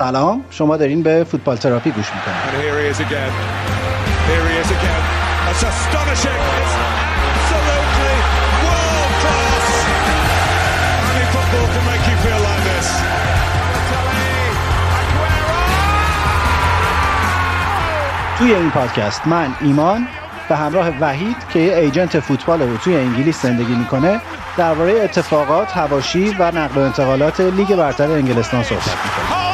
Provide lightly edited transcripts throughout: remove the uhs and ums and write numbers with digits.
سلام، شما دارین به فوتبال تراپی گوش میکنید. توی این پادکست من ایمان به همراه وحید که یه ایجنت فوتبال رو توی انگلیس زندگی میکنه درباره اتفاقات، حواشی و نقل و انتقالات لیگ برتر انگلستان صحبت میکنه.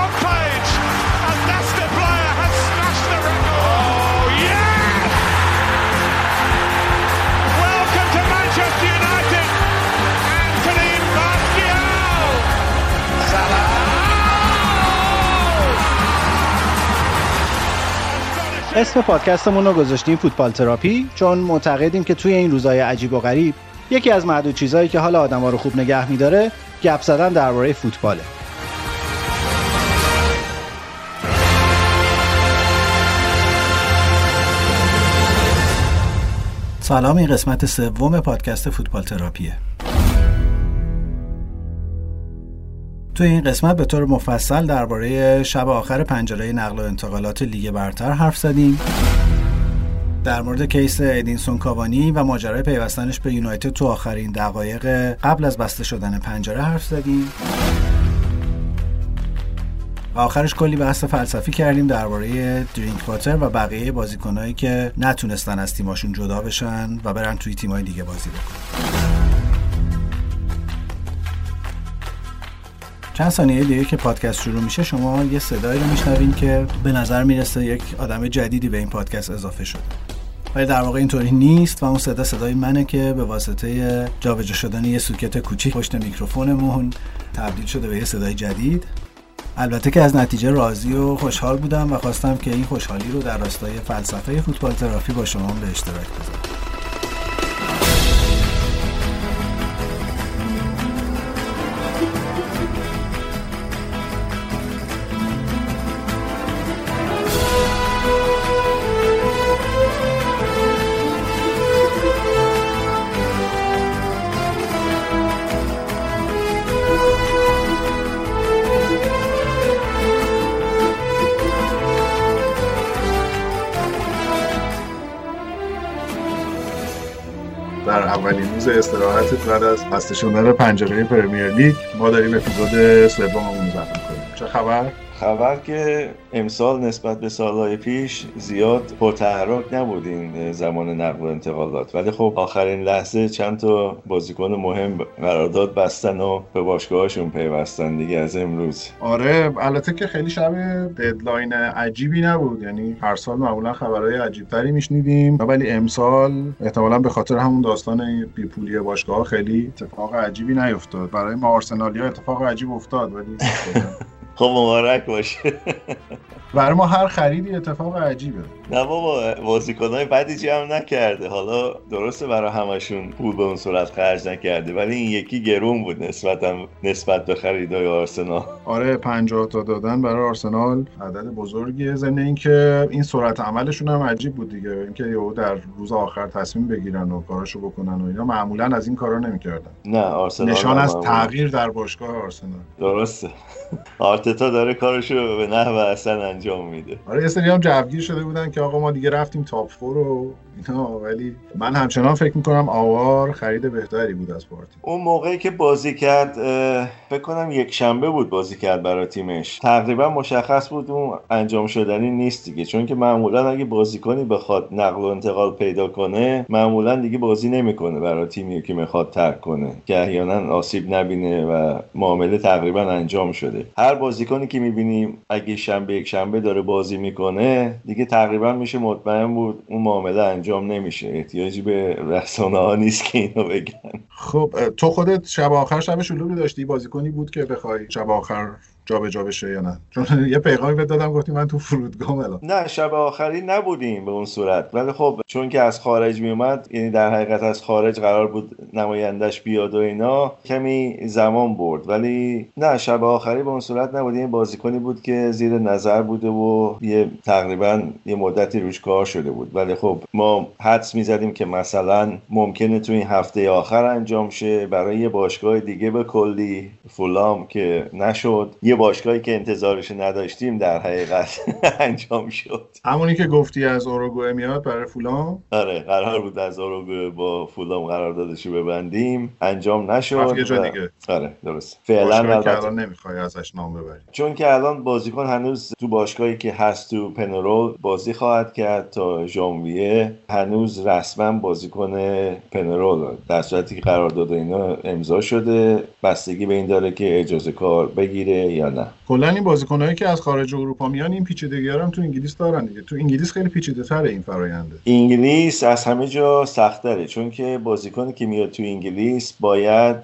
اسم پادکستمون رو گذاشتیم فوتبال تراپی چون معتقدیم که توی این روزهای عجیب و غریب یکی از معدود چیزهایی که حال آدم‌ها رو خوب نگه می‌داره گپ زدن درباره فوتباله. سلام، این قسمت سوم پادکست فوتبال تراپیه. توی این قسمت به طور مفصل درباره شب آخر پنجره نقل و انتقالات لیگ برتر حرف زدیم. در مورد کیس ادینسون کاوانی و ماجرای پیوستنش به یونایتد تو آخرین دقایق قبل از بسته شدن پنجره حرف زدیم. و آخرش کلی بحث فلسفی کردیم درباره درینک واتر و بقیه بازیکنایی که نتونستن از تیماشون جدا بشن و برن توی تیمای دیگه بازی بکنن. چند ثانیه دیگه که پادکست شروع میشه شما یه صدایی رو میشنوین که به نظر میرسه یک آدم جدیدی به این پادکست اضافه شده، ولی در واقع اینطوری نیست و اون صدای منه که به واسطه جابجا شدن یه سوکت کوچیک پشت میکروفونمون تبدیل شده به یه صدای جدید. البته که از نتیجه راضی و خوشحال بودم و خواستم که این خوشحالی رو در راستای فلسفه فوتبال تراپی با شما به اشتراک بذارم. در اولین روز استراحتت بعد از بسته شدن پنجره پرمیر لیگ ما داریم اپیزود سوممون رو ضبط می‌کنیم. چه خبر؟ خبر که امسال نسبت به سالهای پیش زیاد پرتحرک نبود این زمان نقل و انتقالات، ولی خب آخرین لحظه چند تا بازیکن مهم قرارداد بستن و به باشگاهاشون پیوستن دیگه از امروز. آره، البته که خیلی شب ددلاین عجیبی نبود، یعنی هر سال معمولا خبرهای عجیب‌تری میشنیدیم ولی امسال احتمالاً به خاطر همون داستان بیپولی باشگاه‌ها خیلی اتفاق عجیبی نیفتاد. برای ما آرسنالیا اتفاق عجیب افتاد ولی خب مبارک باشه. برای ما هر خریدی اتفاق عجیبه. نه بابا، بازیکنای بدی جمع نکرده. حالا درسته برای همشون پول به اون صورت خرج نکرده ولی این یکی گرون بود نسبت به خریدای آرسنال. آره، 50 تا دادن برای آرسنال عدد بزرگیه. ضمن اینکه این سرعت عملشون هم عجیب بود دیگه، اینکه یهو در روز آخر تصمیم بگیرن و کاراشو بکنن و اینا معمولا از این کارا نمی‌کردن. نه، آرسنال نشان از تغییر در باشگاه آرسنال. درسته. آرتتا داره کارشو به نحو احسن انجام میده. آره، یه سری هم جوگیر شده بودن که آقا ما دیگه رفتیم تاپ 4 و اینا، ولی من همچنان فکر میکنم آوار خرید بهتری بود از پارتی. اون موقعی که بازی کرد فکر کنم یک شنبه بود بازی کرد برای تیمش، تقریبا مشخص بود اون انجام شدنی نیست دیگه، چون که معمولا اگه بازیکنی بخواد نقل و انتقال پیدا کنه معمولا دیگه بازی نمیکنه برای تیمی که میخواد ترک کنه که احیانا آسیب نبینه و معامله تقریبا انجام شده. هر بازیکنی که میبینیم اگه یک شنبه داره بازی میکنه دیگه تقریبا میشه مطمئن بود اون معامله انجام نمیشه، احتیاجی به رسانه‌ها نیست که اینو بگن. خب تو خودت شب آخر شب شلوغی داشتی؟ بازیکنی بود که بخوای شب آخر جابجا بشه یا نه؟ چون یه پیغامی بهت دادم گفتی من تو فرودگاهم الان. نه، شب آخری نبودیم به اون صورت، ولی خب چون که از خارج می اومد، یعنی در حقیقت از خارج قرار بود نمایندش بیاد و اینا، کمی زمان برد. ولی نه، شب آخری به اون صورت نبود. این بازیکنی بود که زیر نظر بوده و تقریبا یه مدتی روش کار شده بود، ولی خب ما حدس می‌زدیم که مثلا ممکنه تو این هفته آخر انجام شه برای یه باشگاه دیگه به کلی، فولام که نشد. یه یه باشگاهی که انتظارش نداشتیم در حقیقت انجام شد. همونی که گفتی از اوروگوئه میاد برای فولام. آره قرار بود از اوروگوئه با فولام قراردادشو ببندیم، انجام نشد. یه جا دیگه. آره درست. فعلا البته الان نمیخوای ازش نام ببری، چون که الان بازیکن هنوز تو باشگاهی که هست تو پنرول بازی خواهد کرد تا ژانویه. هنوز رسما بازیکن پنرول در صورتی که قرارداد اینا امضا شده، بستگی به این داره که اجازه کار بگیره یا نه. کلا این بازیکنایی که از خارج اروپا میان این پیچیدگی‌ها هم تو انگلیس دارن دیگه. تو انگلیس خیلی پیچیده‌تره این فراینده. انگلیس از همه جا سخت‌تره، چون که بازیکنی که میاد تو انگلیس باید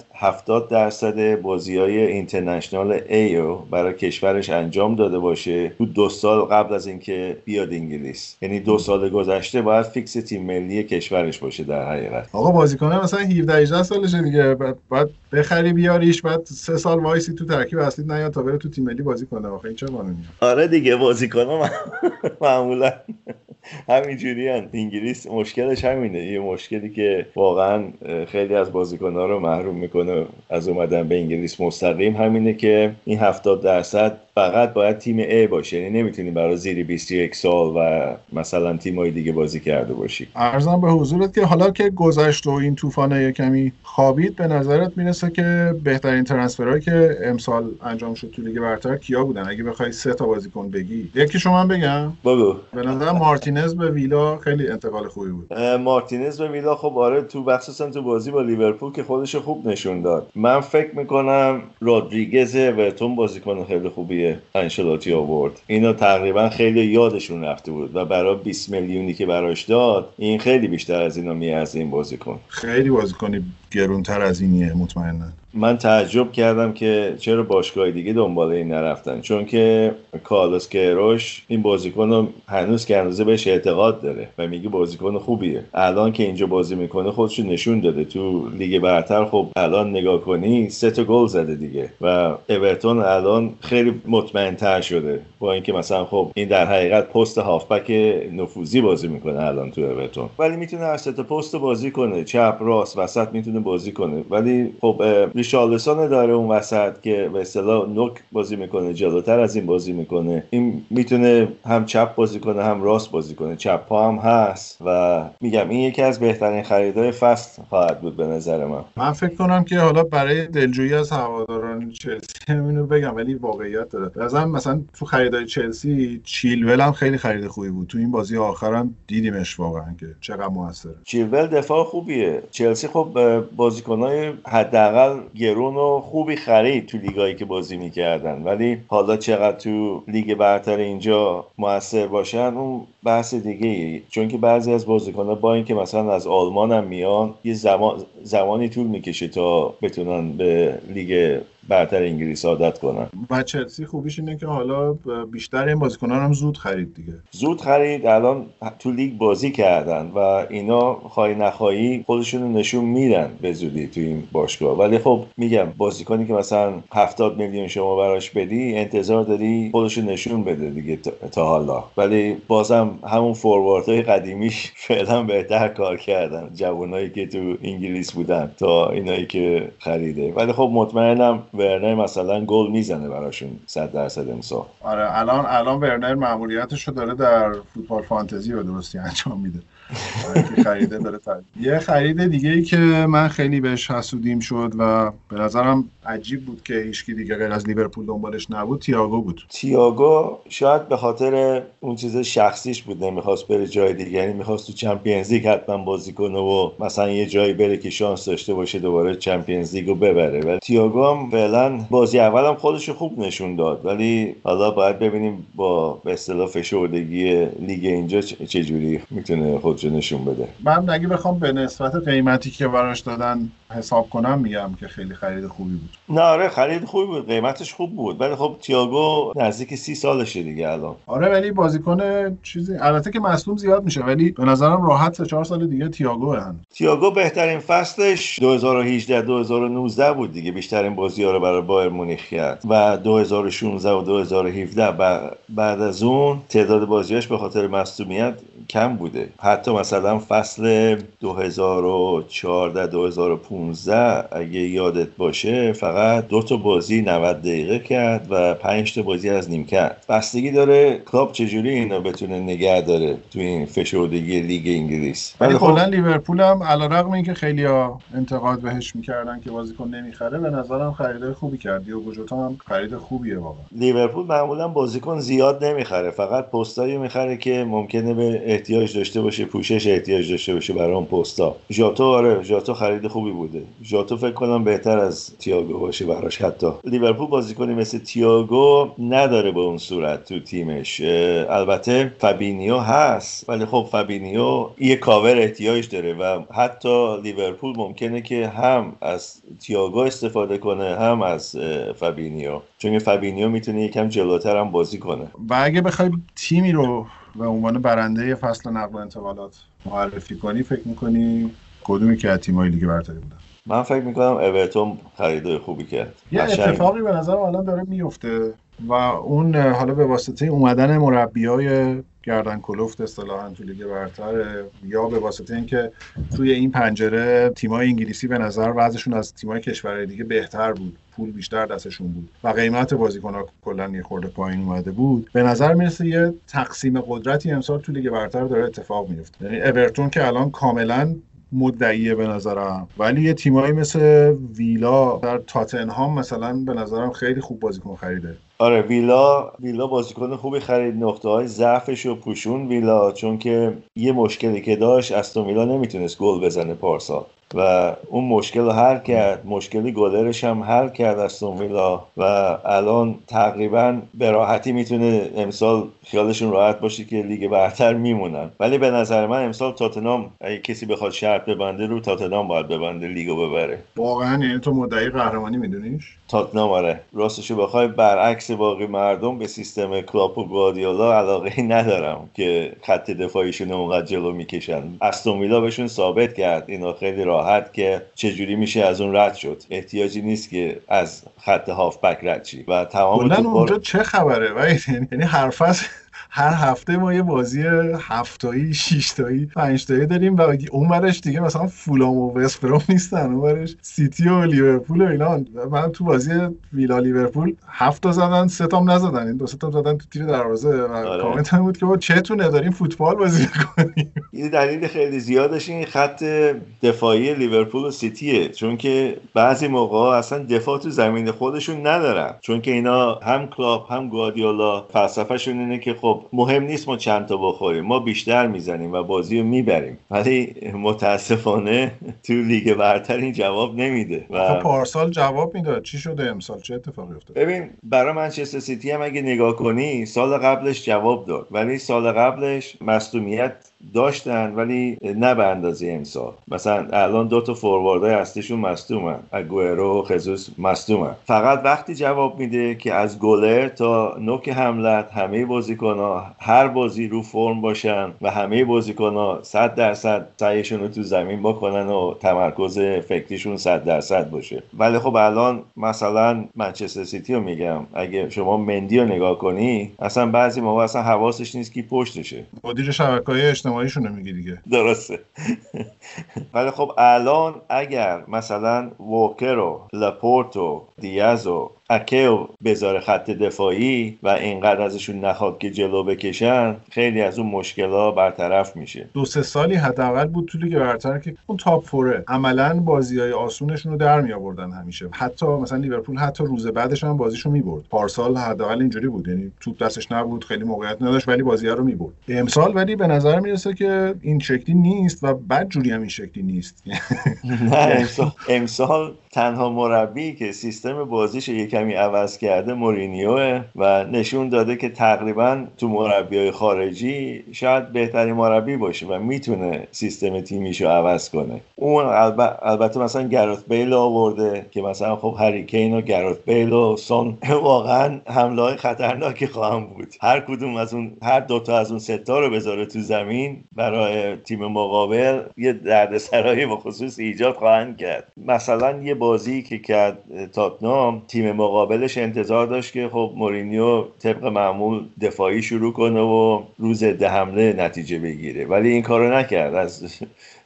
70% بازی‌های اینترنشنال ایو برای کشورش انجام داده باشه تو 2 سال قبل از اینکه بیاد انگلیس. یعنی 2 سال گذشته باید فیکس تیم ملی کشورش باشه در حقیقت. آقا بازیکن مثلا 17 سالشه دیگه، بعد بخری بیاریش، بعد 3 سال وایسی تو ترکیب اصلی نیاد تا بره تو تیم ملی بازی کنه. آخه این چه قانونیه؟ آره دیگه بازیکن‌ها معمولا همینجوری هن. انگلیس مشکلش همینه، یه مشکلی که واقعا خیلی از بازیکن‌ها رو محروم میکنه از اومدن به انگلیس مستقیم همینه که این 70% فقط باید تیم A باشه، یعنی نمیتونی برای زیر 21 سال و مثلا تیم‌های دیگه بازی کرده باشی. عرضم به حضورت که حالا که گذشت و این طوفانه کمی خوابید، به نظرت میرسه که بهترین ترنسفرهایی که امسال انجام شد تو لیگ برتر کیا بودن؟ اگه بخوای 3 تا بازیکن بگی، یکی شما بگم. بگو. به نظر مارتینز به ویلا خیلی انتقال خوبی بود. مارتینز به ویلا خب آره، تو مخصوصا تو بازی با لیورپول که خودش خوب نشون داد. من فکر میکنم رودریگز اورتون بازیکن خیلی خوبیه انشلاتی آورد. اینا تقریبا خیلی یادشون رفته بود و برای 20 میلیونی که براش داد این خیلی بیشتر از اینا میارزه این بازیکن. خیلی بازیکنی گرونتر از اینیه مطمئنا. من تعجب کردم که چرا باشگاه دیگه دنبال این نرفتن، چون که کارلوس کیروش این بازیکن رو هنوز که اندازه بهش اعتقاد داره و میگه بازیکن خوبیه. الان که اینجا بازی میکنه خودش نشون داده. تو لیگ برتر خب الان نگاه کنی 3 تا گل زده دیگه و اورتون الان خیلی مطمئن‌تر شده، با اینکه مثلا خب این در حقیقت پست هافبک نفوذی بازی میکنه الان تو اورتون، ولی میتونه هر 3 تا پست بازی کنه، چپ راست وسط میتونه بازی کنه. ولی خب ریشارلسون داره اون وسط که به اصطلاح نوک بازی میکنه، جلوتر از این بازی میکنه. این میتونه هم چپ بازی کنه هم راست بازی کنه، چپ پا هم هست و میگم این یکی از بهترین خریدهای فصل خواهد بود به نظر من فکر کنم که حالا برای دلجویی از هواداران چلسی اینو بگم، ولی واقعیت داره. مثلا تو خریدای چلسی چیلول هم خیلی خرید خوبی بود. تو این بازی آخرام دیدیمش واقعا که چقدر موثره. چیلول دفاع خوبیه. چلسی خب بازیکنای حداقل گرون و خوبی خرید تو لیگایی که بازی میکردن، ولی حالا چقدر تو لیگ برتر اینجا موثر باشن اون بحث دیگه. چون که بعضی از بازیکن‌ها با اینکه مثلا از آلمان هم میان یه زمانی طول میکشه تا بتونن به لیگ برتر انگلیس عادت کنن. و چلسی خوبیش اینه که حالا بیشتر این بازیکنان هم زود خرید دیگه. زود خرید، الان تو لیگ بازی کردن و اینا خواهی نخواهی خودشون رو نشون میدن به زودی تو این باشگاه. ولی خب میگم بازیکنی که مثلا 70 میلیون شما براش بدی انتظار داری خودشو نشون بده دیگه تا حالا. ولی بازم همون فورواردهای قدیمیش فعلا بهتر کار کردن، جوانایی که تو انگلیس بودن تا اینایی که خریده. ولی خب مطمئنم ورنر مثلا گل میزنه براشون 100% امسال. آره الان ورنر مأموریتشو داره در فوتبال فانتزی به درستی انجام میده. خریده داره یه خرید دیگه ای که من خیلی بهش حسودیم شد و به نظرم عجیب بود که هیچکی دیگه غیر از لیورپول دنبالش نبود، تییاگو بود. تییاگو شاید به خاطر اون چیز شخصیش بود، نمیخواست بره جای دیگه، یعنی میخواست تو چمپیونز لیگ حتما بازی کنه و مثلا یه جایی بره که شانس داشته باشه دوباره چمپیونز لیگو ببره. ولی تییاگو هم فعلا بازی اولم خودشو خوب نشون داد، ولی حالا باید ببینیم با به اصطلاح فشردگی لیگ اینجا چه جوری میتونه خودشو نشون بده. من اگه بخوام به نسبت قیمتی که براش دادن حساب کنم میگم که خیلی خرید خوبی بود. نه آره خرید خوبی بود، قیمتش خوب بود، ولی خب تییاگو نزدیک 30 سالشه دیگه الان. آره ولی بازیکن چیزی البته که مصدوم زیاد میشه، ولی به نظرم راحت 3-4 سال دیگه تییاگو بهترین فصلش 2018 2019 بود دیگه، بیشترین بازی‌ها رو برای بایر مونیخ کرد و 2016 و 2017 بعد از اون تعداد بازیاش به خاطر مصدومیت کم بوده. حتی مثلا فصل 2014 2015 اگه یادت باشه فقط 2 بازی 90 دقیقه کرد و 5 بازی از نیمکت. بستگی داره کلوب چجوری اینا بتونه نگه داره تو این فشردگی لیگ انگلیس. ولی کلا لیورپول هم علیرغم اینکه خیلیا انتقاد بهش میکردن که بازیکن نمیخره، به نظرم خرید خوبی کرد. دیوگو ژوتا هم خرید خوبیه واقعا. لیورپول معمولا بازیکن زیاد نمیخره، فقط پستایی میخره که ممکنه به احتیاج داشته باشه، پوشش احتیاج داشته باشه برای اون پستا. ژوتا خرید خوبی بوده. ژوتا فکر کنم بهتر از تییاگو باشه براش. حتی لیورپول بازیکنی مثل تییاگو نداره به اون صورت تو تیمش. البته فابینیو هست، ولی خب فابینیو یه کاور احتیاج داره و حتی لیورپول ممکنه که هم از تییاگو استفاده کنه هم از فابینیو، چون فابینیو میتونه یکم جلوتر هم بازی کنه. و اگه بخوای تیمی رو به عنوان برنده فصل نقل و انتقالات معرفی کنی، فکر میکنی کدومی که از تیم‌های لیگ برتری بودن؟ من فکر میکنم اورتون خریدای خوبی کرد. یه اتفاقی به نظر الان داره میفته و اون حالا به واسطه اومدن مربیای گردن کلفت اصطلاحاً تو لیگ برتر، یا به واسطه اینکه توی این پنجره تیم‌های انگلیسی به نظر وضعشون از تیم‌های کشورهای دیگه بهتر بود، پول بیشتر دستشون بود و قیمت بازیکن‌ها کلاً یه خورده پایین اومده بود، به نظر میرسه یه تقسیم قدرتی امسال تو لیگ برتر داره اتفاق میفته. یعنی اورتون که الان کاملاً مدعیه به نظرم، ولی یه تیمایی مثل ویلا در تاتنهام مثلا به نظرم خیلی خوب بازیکن خریده. آره ویلا بازیکن خوبی خرید. نقطه‌های ضعفش رو پوشون ویلا، چون که یه مشکلی که داشت، استون ویلا نمیتونست گل بزنه پارسال و اون مشکل رو حل کرد. مشکلی گلرش هم حل کرد استون ویلا و الان تقریبا به راحتی میتونه امسال خیالشون راحت باشه که لیگ برتر میمونن. ولی به نظر من امسال تاتنهام اگه کسی بخواد شرط ببنده رو تاتنهام باید ببنده لیگو ببره. واقعا یعنی تو مدعی قهرمانی میدونیش؟ تاتنهام آره. راستشو بخوای برعکس باقی مردم به سیستم کلوپ و گواردیولا علاقه ندارم که خط دفاعیشون اونقدر جلو میکشن. استون ویلا بهشون ثابت کرد اینا خیلی راحت که چجوری میشه از اون رد شد. احتیاجی نیست که از خط هافبک رد شی و تمام کلا اونجا چه خبره؟ یعنی هر هفته ما یه بازی 7 تایی 6 تایی 5 تایی داریم و اونورش دیگه مثلا فولام و وست بروم نیستن، اونورش سیتی و لیورپول و اینا. من تو بازی ویلا لیورپول 7 تا زدن، 3 تام نزدن، این 2 تا زدن تو تیر دروازه و کامنت هم بود که چتونه داریم فوتبال بازی کنیم. یه دلیل خیلی زیادش این خط دفاعی لیورپول و سیتیه، چون که بعضی موقعا اصلا دفاع تو زمین خودشون ندارن، چون که اینا هم کلوب هم گواردیولا فلسفه‌شون اینه که خب مهم نیست ما چند تا بخوریم، ما بیشتر میزنیم و بازی رو میبریم. ولی متاسفانه تو لیگ برتر این جواب نمیده و پارسال جواب میداد. چی شده امسال؟ چه اتفاقی افتاد؟ ببین برای منچستر سیتی هم اگه نگاه کنی سال قبلش جواب داد، ولی سال قبلش مصدومیت داشتن ولی نه به اندازه امسال. مثلا الان 2 تا فورواردای اصلیشون مصدومن، اگوئرو و خزوس مصدومن. فقط وقتی جواب میده که از گلر تا نوک حملت همه بازیکن‌ها هر بازی رو فرم باشن و همه بازیکن‌ها 100% سعیشون رو تو زمین بکنن و تمرکز فکریشون 100% باشه. ولی خب الان مثلا منچستر سیتی رو میگم، اگه شما مندی رو نگاه کنی اصلا بعضی موقع اصلا حواسش نیست که پشتشه. مدیر شبکه‌های اجتماعیشون رو میگی دیگه. درسته. ولی خب الان اگر مثلا ووکر و لپورت و دیاز و اکیو بذاره خط دفاعی و اینقدر ازشون نخواد که جلو بکشن، خیلی از اون مشکلات برطرف میشه. 2-3 سالی حداقل بود تو لیگ برتر که اون تاپ فوره عملاً بازی‌های آسونشون رو در می آوردن همیشه. حتی مثلا لیورپول حتی روز بعدش هم بازیشو می‌برد. پارسال حداقل اینجوری بود، یعنی توپ دستش نبود، خیلی موقعیت نداشت ولی بازی‌ها رو می‌برد. امسال ولی به نظر میرسه که این شکلی نیست و بدجوری هم این شکلی نیست. نه امسال تنها مربی که سیستم بازیش کمی عوض کرده مورینیوه و نشون داده که تقریبا تو مربیای خارجی شاید بهترین مربی باشه و میتونه سیستم تیمیشو عوض کنه. اون البته مثلا گرت بیل آورده که مثلا خب هری کین و گرت بیل و سون واقعا حمله‌های خطرناکی خواهم بود. هر کدوم از اون هر 2 تا از اون 3 تا رو بذاره تو زمین برای تیم مقابل یه دردسرایی به خصوص ایجاد خواهند کرد. مثلا یه بازی که کرد تاتنهام، تیم مقابلش انتظار داشت که خب مورینیو طبق معمول دفاعی شروع کنه و روز ده حمله نتیجه بگیره، ولی این کارو نکرد. از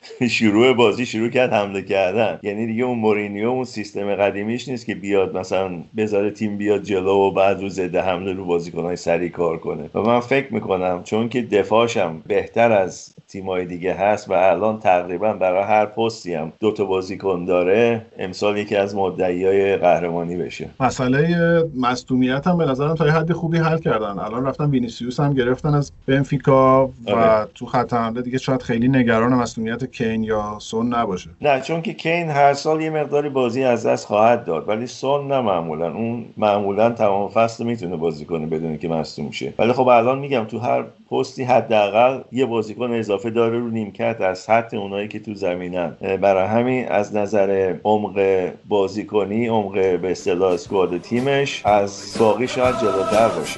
شروع بازی شروع کرد حمله کردن. یعنی دیگه اون مورینیو اون سیستم قدیمیش نیست که بیاد مثلا بذاره تیم بیاد جلو و بعد رو ضد حمله رو بازیکن‌های سریع کار کنه. و من فکر میکنم چون که دفاعشم بهتر از تیمای دیگه هست و الان تقریبا برای هر پستی هم 2 تا بازیکن داره، امسال یکی از مدعیای قهرمانی بشه. مسئله مصدومیت هم به نظرم تا یه حد خوبی حل کردن. الان رفتن وینیسیوس هم گرفتن از بنفیکا و تو خط حمله دیگه شاید خیلی نگران مصدومیت کین یا سون نباشه. نه، چون که کین هر سال یه مقداری بازی از دست خواهد داد، ولی سون نه، معمولا تمام فصل میتونه بازی کنه بدون که مصدوم شه. ولی خب الان میگم تو هر پستی حداقل یه بازیکن اضافه داره رو نیمکت از سطح اونایی که تو زمینن. برای همین از نظر عمق بازیکنی، عمق به اصطلاح اسکواد تیمش از باقی شاید جلوتر باشه.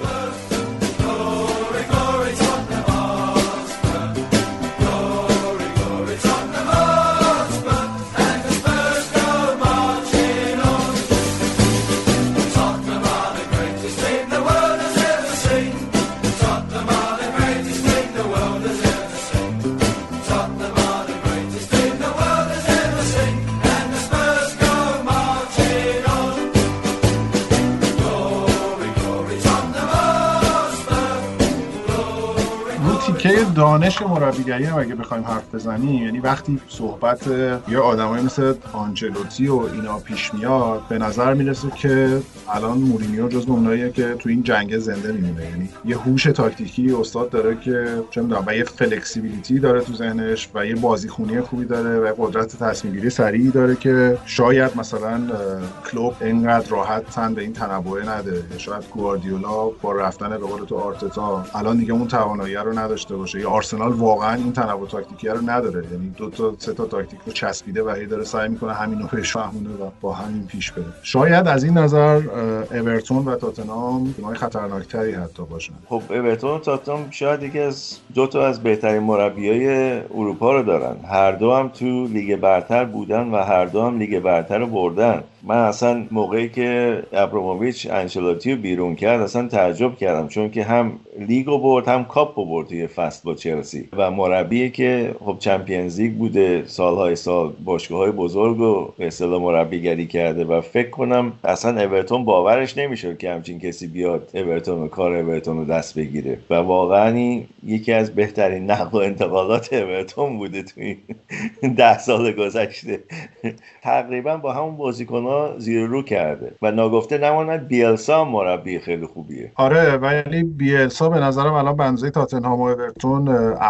دانش مربیگری هم اگه بخوایم حرف بزنیم، یعنی وقتی صحبت یه آدمایی مثل آنچلوتی و اینا پیش میاد، به نظر میرسه که الان مورینیو جزو اوناییه که تو این جنگ زنده میمونه. یعنی یه هوش تاکتیکی استاد داره که چه میدونم، و یه فلکسیبیلیتی داره تو ذهنش و یه بازیخونی خوبی داره و قدرت تصمیم گیری سریعی داره که شاید مثلا کلوب اینقدر راحت تن به این تنوع نده. شاید گواردیولا با رفتن به قول تو آرتتا الان دیگه اون توانایی رو نداشته باشه. یا آرسنال واقعا این تنوع تاکتیکی رو نداره، یعنی 2 تا 3 تا تاکتیک رو چسبیده و هی داره سعی میکنه همین رو بفهمونه و با همین پیش بره. شاید از این نظر اورتون و تاتنهام تیم‌های خطرناکتری حتی باشن. خب اورتون و تاتنهام شاید یکی از 2 تا از بهترین مربیای اروپا رو دارن. هر دو هم تو لیگ برتر بودن و هر دو هم لیگ برتر رو بردن. من اصلا موقعی که ابراموویچ انچلوتی رو بیرون کرد اصلا تعجب کردم، چون که هم لیگو برد هم کاپو برد توی فصل با چلسی و مربیه که خب چمپیونز لیگ بوده سالهای سال، باشگاه‌های بزرگ رو به اصطلاح مربیگری کرده و فکر کنم اصلا اورتون باورش نمیشد که همچین کسی بیاد اورتون و کار اورتون رو دست بگیره و واقعا یکی از بهترین نقل و انتقالات اورتون بوده توی 10 سال گذشته. تقریبا با همون بازیکن‌ها زیر رو کرده و ناگفته نماند بیلسا مربی خیلی خوبیه. آره، ولی بیلسا به نظرم الان بنزه تاتنهام و اورتون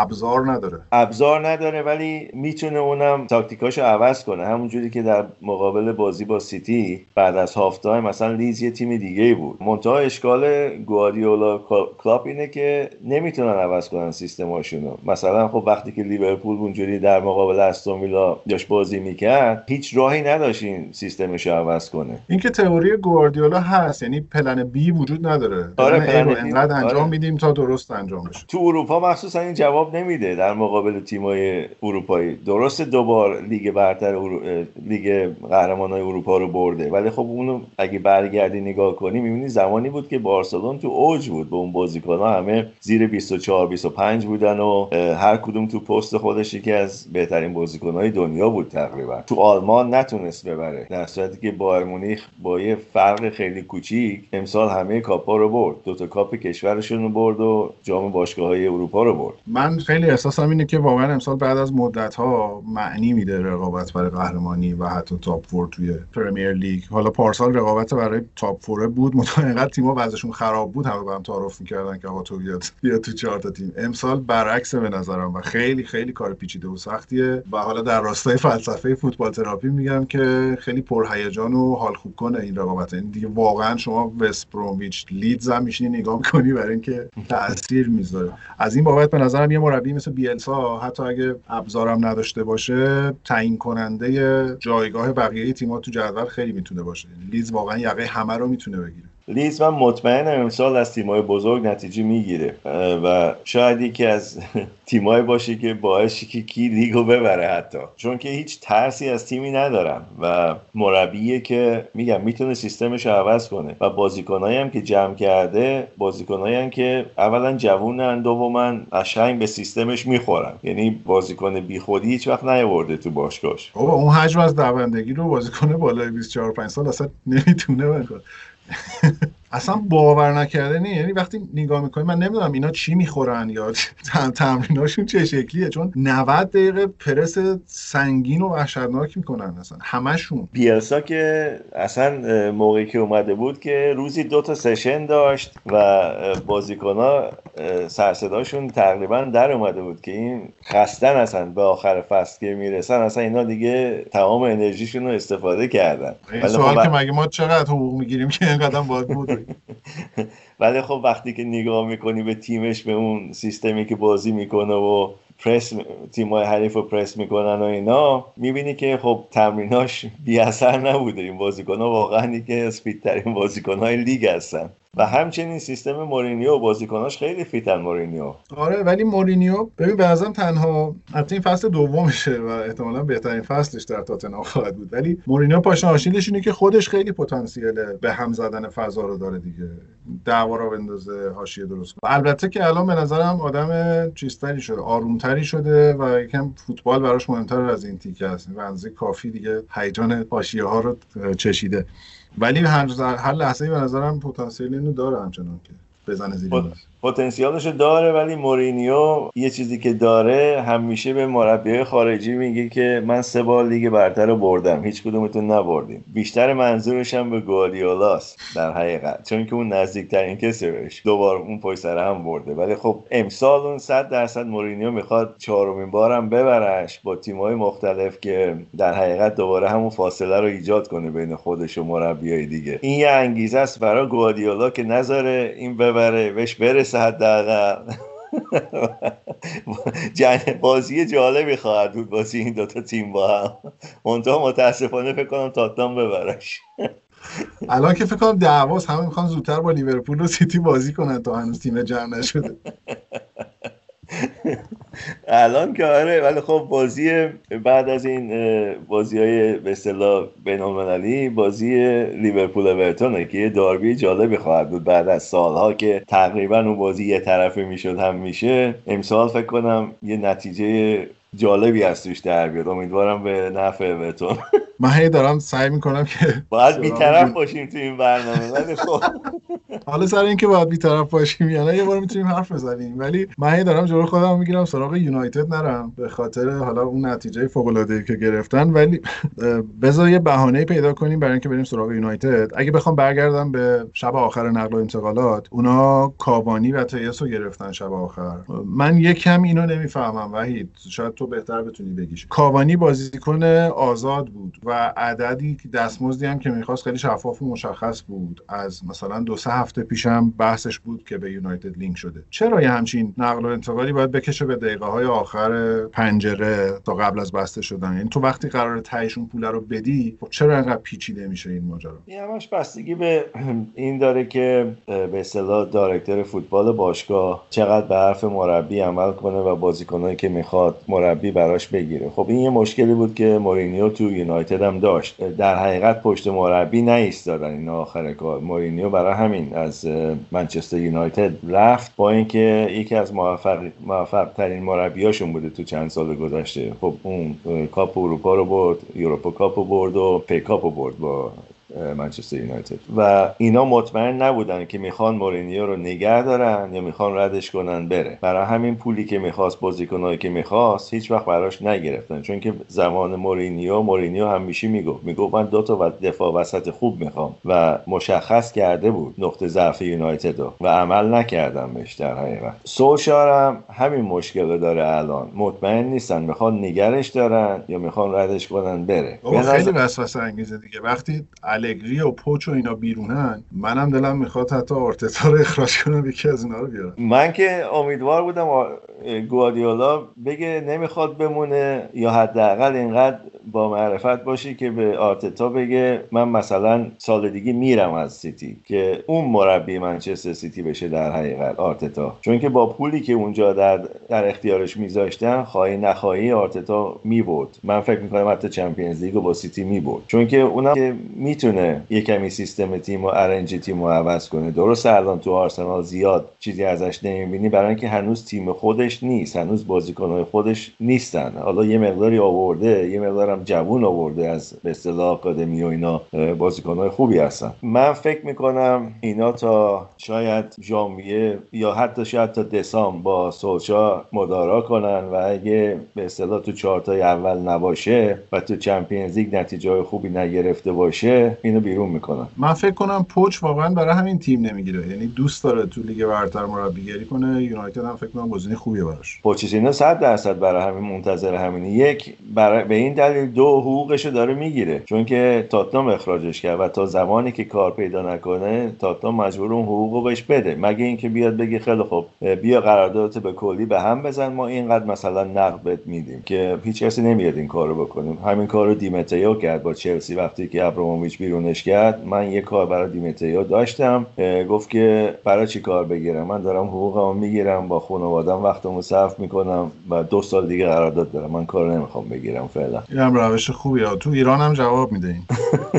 ابزار نداره ولی میتونه اونم تاکتیکاشو عوض کنه، همونجوری که در مقابل بازی با سیتی بعد از هاف تایم مثلا لیز یه تیم دیگه بود. منتها اشکال گواردیولا کلوب اینه که نمیتونن عوض کنن سیستماشونو. مثلا خب وقتی که لیورپول اونجوری در مقابل استون ویلا داشت بازی میکرد، هیچ راهی نداشت این سیستمشو عوض کنه. این که تئوری گواردیولا هست، یعنی پلن بی وجود نداره. آره، پلن بی انقدر انجام میدیم تا درست انجام بشه. تو اروپا مخصوصا این جواب نمیده در مقابل تیمای اروپایی. درسته 2 بار لیگ برتر لیگ قهرمانان اروپا رو برده، ولی خب اونو اگه برگردی نگاه کنی میبینی زمانی بود که بارسلون تو اوج بود، به اون بازیکن‌ها همه زیر 24 25 بودن و هر کدوم تو پست خودش یکی از بهترین بازیکن‌های دنیا بود تقریبا. تو آلمان نتونست ببره، در صورتی که بایر مونیخ با یه فرق خیلی کوچیک امسال همه کاپا رو برد. 2 تا کاپ کشورشون رو برد و جام باشگاه‌های اروپا رو برد. من خیلی احساسم اینه که واقعا امسال بعد از مدت‌ها معنی میده رقابت برای قهرمانی و حتی تاپ 4 توی پرمیر لیگ. حالا پارسال رقابت برای تاپ 4 بود، مطمئنا تیم‌ها وضعشون خراب بود، همه با هم تعارف می‌کردن که آقا تو بیا تو 4 تا تیم. امسال برعکس به نظرم و خیلی خیلی کار پیچیده و سختیه و حالا در راستای فلسفه فوتبال تراپی میگم که خیلی پرهیجان و حال خوب کنه این رقابت. این دیگه واقعا شما وست برومیچ لیدز هم میشینی نگاه می‌کنی برای اینکه تاثیر میذاره. از این بابت به نظرم یه مربی مثل بیلسا حتی اگه ابزارم نداشته باشه، تعیین کننده جایگاه بقیه تیم‌ها تو جدول خیلی میتونه باشه. لیدز واقعا یقه همه رو میتونه بگیره. لیدز من مطمئنم امسال از تیم‌های بزرگ نتیجه میگیره و شاید یکی از تیم‌های باشه که باعث شه که کی لیگو ببره حتی، چون که هیچ ترسی از تیمی ندارم و مربیه که میگم میتونه سیستمش رو عوض کنه و بازیکنایی هم که جمع کرده بازیکنایی هم که اولا جوونن، دوما قشنگ به سیستمش میخورن، یعنی بازیکن بیخودی هیچ وقت نیاورده تو باشگاهش. بابا اون حجم از دوندگی رو بازیکن بالای 24-5 سال اصلا نمیتونه بکنه. اصلا باور نکردنی. یعنی وقتی نگاه میکنی من نمیدونم اینا چی میخورن یا تمریناشون چه شکلیه، چون 90 دقیقه پرس سنگین و وحشتناک میکنن اصلا همشون. بیلسا که اصلا موقعی که اومده بود که روزی 2 سشن داشت و بازیکن‌ها سرصداشون تقریبا در اومده بود که این خستن، اصلا به آخر فصل که میرسن اصلا اینا دیگه تمام انرژیشون رو استفاده کردن. این سوال که مگه ما چقدر حقوق میگیریم که اینقدر باید بود. ولی خب وقتی که نگاه میکنی به تیمش، به اون سیستمی که بازی میکنه و تیم‌های حریف رو پرس میکنن و اینا، میبینی که خب تمریناش بی اثر نبوده. این بازیکن‌ها واقعا یکی از فیت‌ترین بازیکن‌های لیگ هستن و همچنین سیستم مورینیو بازیکناش خیلی فیتن مورینیو. آره ولی مورینیو ببین به نظرم تنها البته این فصل دومشه و احتمالاً بهترین فصلش در تاتنهام خواهد بود، ولی مورینیو پاشنه آشیلش اینه که خودش خیلی پتانسیل به هم زدن فضا رو داره دیگه، دعوا رو بندازه، حاشیه درست کنه. البته که الان به نظرم آدم چیزتری شده، آرومتری شده و یکم فوتبال براش مهمتر از این تیکه است و اندازه کافی دیگه هیجان حاشیه‌ها رو چشیده، ولی هر لحظه‌ای به نظرم پتانسیل اینو داره همچنان که بزنه زیر میز. پتانسیلشو داره، ولی مورینیو یه چیزی که داره همیشه به مربیای خارجی میگه که من 3 بار لیگ برتر رو بردم، هیچ کدومتون نبردیم. بیشتر منظورش هم به گواردیولاست در حقیقت، چون که اون نزدیکترین کسی بهش 2 بار اون پشت سر هم برده. ولی خب امسال اون 100% مورینیو میخواد 4مین بارم ببرش با تیم‌های مختلف که در حقیقت دوباره همون فاصله رو ایجاد کنه بین خودش و مربیای دیگه. این یه انگیزه است برای گواردیولا که نذاره این ببره، بهش برسه حداقل. بازی جالبی خواهد بود بازی این 2 تیم با هم. منتها متاسفانه فکر کنم تاتنهام ببرش. الان که فکر کنم دعواست، همه میخوان زودتر با لیورپول و سیتی بازی کنن تا هنوز تیم جمع نشده. الان که آره، ولی خب بازی بعد از این بازی‌های به اصطلاح بین‌المللی، بازی لیورپول اورتون که یه داربی جالبی خواهد بود بعد از سالها که تقریبا اون بازی یه طرفه میشد هم میشه. امسال فکر کنم یه نتیجه جالبی از توش در بیاد. امیدوارم به نفع اورتون. من هی دارم سعی میکنم که باید بی‌طرف باشیم تو این برنامه، ولی خب حالا سر این که باید بی‌طرف باشیم یا نه یه بار میتونیم حرف بزنیم، ولی من هی دارم جلوی خودم میگیرم سراغ یونایتد نرم به خاطر حالا اون نتیجه فوق‌العاده‌ای که گرفتن، ولی بذار یه بهانه‌ای پیدا کنیم برای اینکه بریم سراغ یونایتد. اگه بخوام برگردم به شب آخر نقل و انتقالات، اونا کاوانی و تیاسو گرفتن شب آخر. من یکم اینو نمیفهمم وحید، شاید تو بهتر بتونی بگیش. کاوانی بازیکن آزاد بود و عددی که دستمزدی هم که می‌خواست خیلی شفاف و مشخص بود. از مثلا 2-3 هفته پیشم بحثش بود که به یونایتد لینک شده. چرا یه همچین نقل و انتقالی باید بکشه به دقیقه‌های آخر پنجره تا قبل از بسته شدن؟ یعنی تو وقتی قراره تهشون پول رو بدی، خب چرا اینقدر پیچیده میشه این ماجرا؟ این همش بستگی به این داره که به اصطلاح دایرکتور فوتبال باشگاه چقدر به حرف مربی عمل کنه و بازیکنایی که میخواد مربی براش بگیره. خب این یه مشکلی بود که مورینیو تو یونایتد هم داشت. در حقیقت پشت مربی نایستادن این آخر کار. مورینیو برای همین از منچستر یونایتد رفت، با اینکه یکی از موفق ترین مربیاشون بوده تو چند سال گذشته. خب اون کاپ اروپا رو برد، یوروپا کاپ رو برد و پی کاپ رو برد با منچستر یونایتد و اینا مطمئن نبودن که میخوان مورینیو رو نگه دارن یا میخوان ردش کنن بره. برای همین پولی که میخواست، بازیکنایی که میخواست، هیچ وقت براش نگرفتن، چون که زمان مورینیو همیشه میگفت من 2 تا دفاع وسط خوب میخوام و مشخص کرده بود نقطه ضعف یونایتد و عمل نکردن بهش. در حقیقت سولشار هم همین مشکل داره الان، مطمئن نیستن میخوان نگرش دارن یا میخوان ردش کنن بره. خیلی وسوسه انگیزه دیگه وقتی آلگری و پوچ و اینا بیرونن، منم دلم میخواد حتی آرتتا رو اخراج کنم، یکی از اینا رو بیارم. من که امیدوار بودم گواردیولا بگه نمیخواد بمونه، یا حداقل اینقدر با معرفت باشی که به آرتتا بگه من مثلا سال دیگه میرم از سیتی، که اون مربی منچستر سیتی بشه در حقیقت آرتتا. چون که با پولی که اونجا در اختیارش میذاشتن، خواهی نخواهی آرتتا میبرد. من فکر میکنم حتی چمپیونز لیگو با سیتی میبرد، چون که اونم که میتونه یه کمی سیستم تیم و ارنج تیم رو عوض کنه. درسته الان تو آرسنال زیاد چیزی ازش نمیبینی، برای اینکه هنوز تیم خودش نیست، هنوز بازیکن‌های خودش نیستن. حالا یه مقداری آورده، یه مقدارم جوون آورده از به اصطلاح آکادمی و اینا، بازیکن‌های خوبی هستن. من فکر میکنم اینا تا شاید ژانویه یا حتی شاید تا دسامبر با سولشار مدارا کنن و اگه به اصطلاح تو چهارتای اول نباشه و تو چمپیونز لیگ نتیجه خوبی نگرفته باشه، اینو بیرون میکنن. من فکر کنم پوچ واقعا برای همین تیم نمیگیره، یعنی دوست داره تو لیگ برتر مربیگری کنه. یونایتد هم فکر کنم گزینه خوبیه براش. پوچتینو 100% برای همین منتظر همینه. یک، برای به این دلیل، دو، حقوقشو داره میگیره، چون که تاتنهام اخراجش کرد و تا زمانی که کار پیدا نکنه تاتنهام مجبور اون حقوقو بهش بده، مگه اینکه بیاد بگه خیلی خوب بیا قراردادت به کلی به هم بزن، ما اینقدر مثلا نقد بهت میدیم، که هیچ کسی نمیاد این کارو بکنه. همین کارو دیمتیو کرد با چلسی وقتی که ابراموویچ بیرونش کرد. من یه کار برای دیمتیو داشتم، گفت که برای چی کار بگیرم، من دارم حقوقمو میگیرم، با خانواده‌ام وقتمو صرف میکنم و 2 سال دیگه قرارداد دارم، من کار نمیخوام بگیرم فعلا. اینم روش خوبیه. تو ایران هم جواب میده این.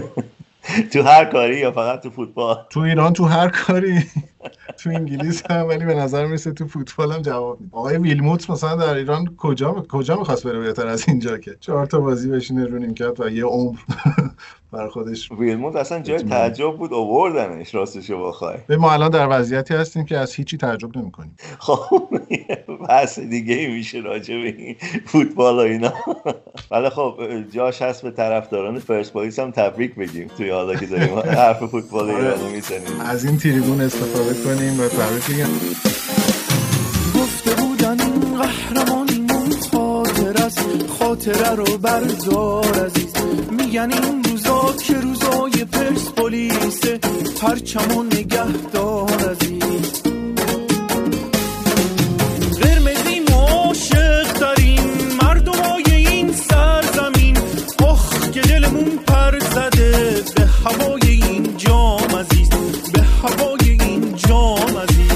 تو هر کاری یا فقط تو فوتبال؟ تو ایران تو هر کاری. تو انگلیس هم، ولی به نظر میرسه تو فوتبال هم جواب میده. آقای ویلموت مثلا در ایران کجا میخواست بره بهتر از اینجا که 4 تا بازی بشینه رو نیمکت و یه عمر برای خودش. ویلموت اصلا جای تعجب بود آوردنش، راستشو بخوای. ما الان در وضعیتی هستیم که از هیچی تعجب نمی‌کنیم. خب بحث دیگه ای میشه راجع به این فوتبال و اینا. ولی خب جاش هست به طرفداران پرسپولیس هم تبریک بگیم توی حالا که داریم حرف فوتبال ایرانو میزنیم. از این تریبون استفاده کنیم و تبریک بگیم. گفته بودن قهرمانیمون خاطره رو بردار عزیز، میگن این روزا که روزای پرسپولیسه، پرچمو نگهدار عزیز. قرمزی عاشق داریم مردمای این سرزمین، آخ که دلمون پر زده به هوای این جام عزیز، به هوای این جام عزیز.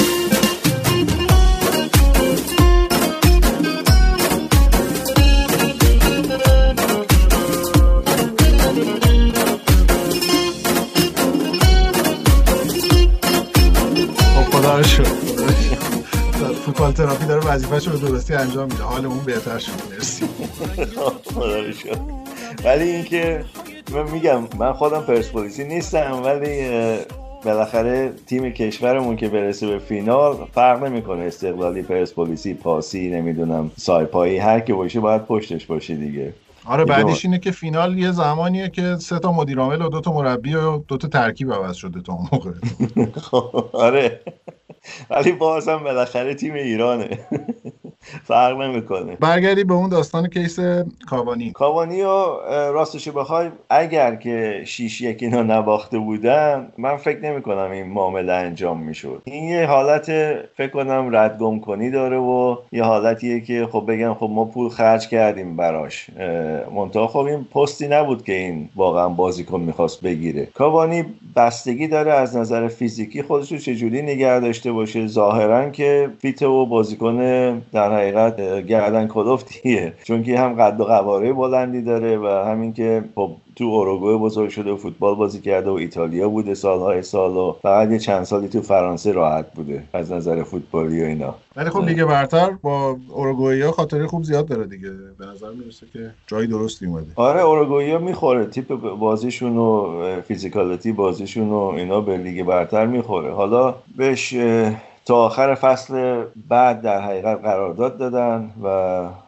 فوتبال تراپی داره وظیفه‌شو به درستی انجام میده، حالمون بهتر شد. مرسی. خدا رو شکر. ولی اینکه من میگم من خودم پرسپولیسی نیستم، ولی بالاخره تیم کشورمون که برسه به فینال فرق نمیکنه استقلالی، پرسپولیسی، پاسی، نمیدونم سایپایی، هر کی باشه باید پشتش باشه دیگه. آره بعدش اینه که فینال یه زمانیه که 3 تا مدیر عامل و 2 تا مربی و 2 تا ترکیب عوض شده تا اون موقع. آره ولی بازم بالاخره تیم ایرانه. فرق نمیکنه. برگردی به اون داستان کیس کاوانی و راستش بخوای اگر که 6-1 اینا نباخته بودن، من فکر نمی کنم این معامله انجام میشد. این یه حالت فکر کنم ردگم کنی داره و یه حالتیه که خب بگن خب ما پول خرج کردیم براش، منتها خب این پستی نبود که این واقعا بازیکن میخواست بگیره. کاوانی بستگی داره از نظر فیزیکی خودش رو چجوری نگه داشته باشه. ظاهرا که فیت و بازیکن در حقیقت گردن کلفتیه، چون که هم قد و قواره بلندی داره و همین که خب تو اوروگوئه بزرگ شده و فوتبال بازی کرده و ایتالیا بوده سالهای سال و فقط یه چند سالی تو فرانسه راحت بوده از نظر فوتبالی و اینا. ولی خب لیگ برتر با اوروگوئه‌ها خاطره خوب زیاد داره دیگه، به نظر میرسه که جای درستی اومده. آره اوروگوئه‌ها میخوره، تیپ بازیشون و فیزیکالیتی بازیشون و اینا به لیگ برتر میخوره. حالا بهش تا آخر فصل بعد در حقیقت قرارداد دادن و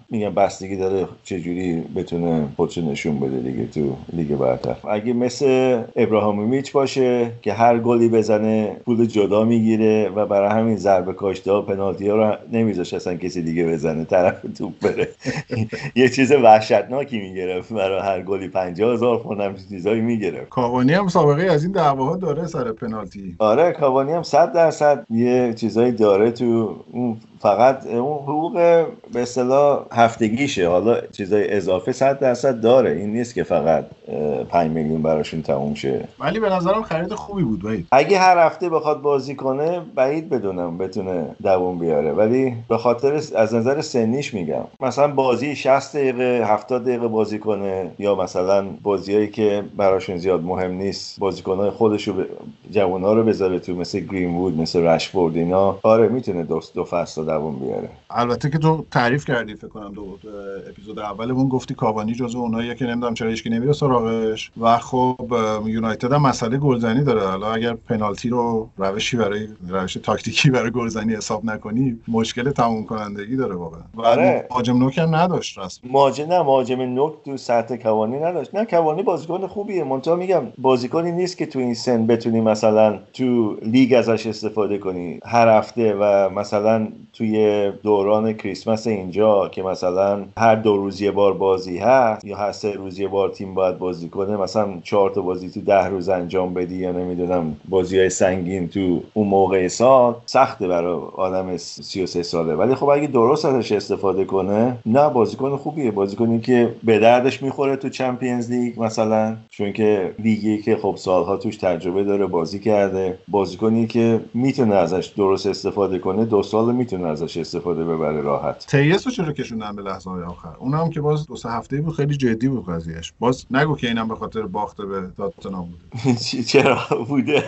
میگم بستگی داره چجوری بتونه خودشو نشون بده دیگه تو لیگ برتر. اگه مثل ابراهیموویچ باشه که هر گلی بزنه پول جدا میگیره و برای همین ضربه کاشته‌ها پنالتی‌ها رو نمیذاش اصلا کسی دیگه بزنه، طرف توپ بره. یه چیز وحشتناکی میگرفت، برای هر گلی 50,000 پوند چیزایی میگرفت. کاوانی هم سابقه از این دعواها داره سر پنالتی. آره کاوانی هم 100% یه چیزایی داره تو اون، فقط اون حقوق به اصطلاح هفتگیشه، حالا چیزای اضافه 100% داره، این نیست که فقط 5 میلیون براشون تموم شه. ولی به نظرم خرید خوبی بود وحید. اگه هر هفته بخواد بازی کنه بعید بدونم بتونه دووم بیاره، ولی به خاطر از نظر سنیش میگم مثلا بازی 60 دقیقه 70 دقیقه بازی کنه، یا مثلا بازیایی که براشون زیاد مهم نیست بازیکن‌های خودشو جوونا رو بذاره تو، مثل گرین‌وود مثل رشفورد اینا، آره میتونه دو فصل دووم بیاره. البته که تو تعریف کردی فکر کنم دو اپیزود اولمون گفتی کاوانی جزو اوناییه که نمیدونم چرا هیچ کی نمیره سراغش، و خب یونایتد هم مسئله گلزنی داره. حالا اگر پنالتی رو روش تاکتیکی برای گلزنی حساب نکنی مشکل تموم کنندگی داره واقعا. آره. مهاجم نوک هم نداشت راست. مهاجم نوک تو سطح کوانی نداشت. نه کوانی بازیکن خوبیه، منتها میگم بازیکنی نیست که تو این سن بتونی مثلا تو لیگ ازش استفاده کنی هر هفته، و مثلا توی دوران کریسمس اینجا که مثلا هر 2 روز یه بار بازی هست یا هر 3 روز یه بار تیم باید بازی کنه، مثلا 4 تا بازی تو 10 روز انجام بدی، یا نمیدونم بازی‌های سنگین تو اون موقع سال، سخته برای آدم 33 ساله. ولی خب اگه درست ازش استفاده کنه، نه بازیکن خوبیه، بازیکنی که به دردش میخوره تو چمپیونز لیگ مثلا، چون که لیگی که خب سالها توش تجربه داره، بازی کرده، بازیکنی که میتونه ازش درست استفاده کنه، 2 سال میتونه ازش استفاده ببره راحت. تیسو چرا کشوندن به لحظه‌های آخر؟ اونم که باز 2-3 هفته‌ای بود، خیلی جدی بود قضیهش. باز نگو که اینم به خاطر باخته به تاتنهام بوده. چرا بوده؟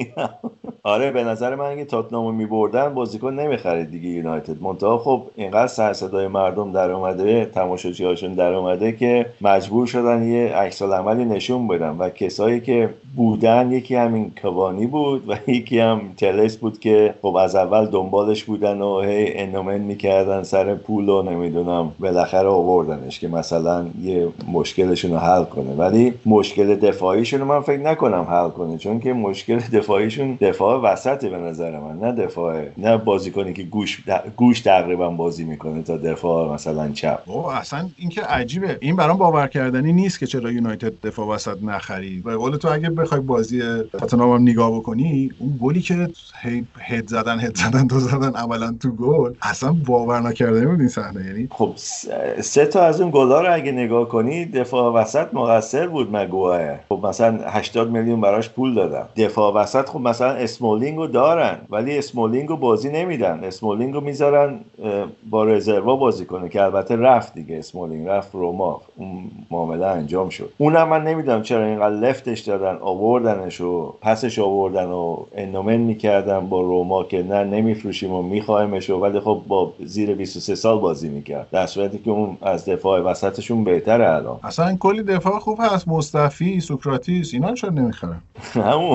آره به نظر من اگه تاتنهامو می‌بردن بازیکن نمی‌خرید دیگه یونایتد. منتها خب اینقدر سر صدای مردم در اومده، تماشاچی‌هاشون در اومده که مجبور شدن یه عکس‌العملی نشون بدن، و کسایی که بودن یکی همین کوانی بود و یکی هم تلس بود که خب از اول دنبالش بودن و هی انومن میکردن سر پول و نمیدونم، بالاخره آوردنش که مثلا یه مشکلشون رو حل کنه. ولی مشکل دفاعیشون رو من فکر نکنم حل کنه، چون که مشکل دفاعیشون دفاع وسطه به نظر من، نه دفاع، نه بازیکنی که گوش تقریبا بازی میکنه تا دفاع مثلا چپ. اصلا این که عجیبه، این برام باور کردنی نیست که چرا یونایتد دفاع وسط نخرید. به قول تو اگه بخوای بازی تاتنهام هم نگاه بکنی، اون گلی که هد زدن دو زدن عملا تو گل، اصلا باور نکردنی بود این صحنه. یعنی خب 3 تا از اون گلا رو اگه نگاه کنی دفاع وسط مقصر بود مگوایر. خب مثلا 80 میلیون براش پول دادن. دفاع وسط خب مثلا اسمولینگو دارن ولی اسمولینگو بازی نمیدن، اسمولینگو میذارن با رزروا بازی کنه که البته رفت دیگه، اسمولینگ رفت روما، اون معامله انجام شد. اونم من نمیدونم چرا اینقدر لفتش دادن، آوردنش و پسش آوردن و انومن میکردن با روما که نه نمیفروشیم و میخوایمش، ولی خب با زیر 23 سال بازی میکرد، در صورتی که اون از دفاع وسطشون بهتره الان. اصلا کلی دفاع خوب هست، مصطفی، سوکراتیس، اینا چرا نمیخرن؟ همون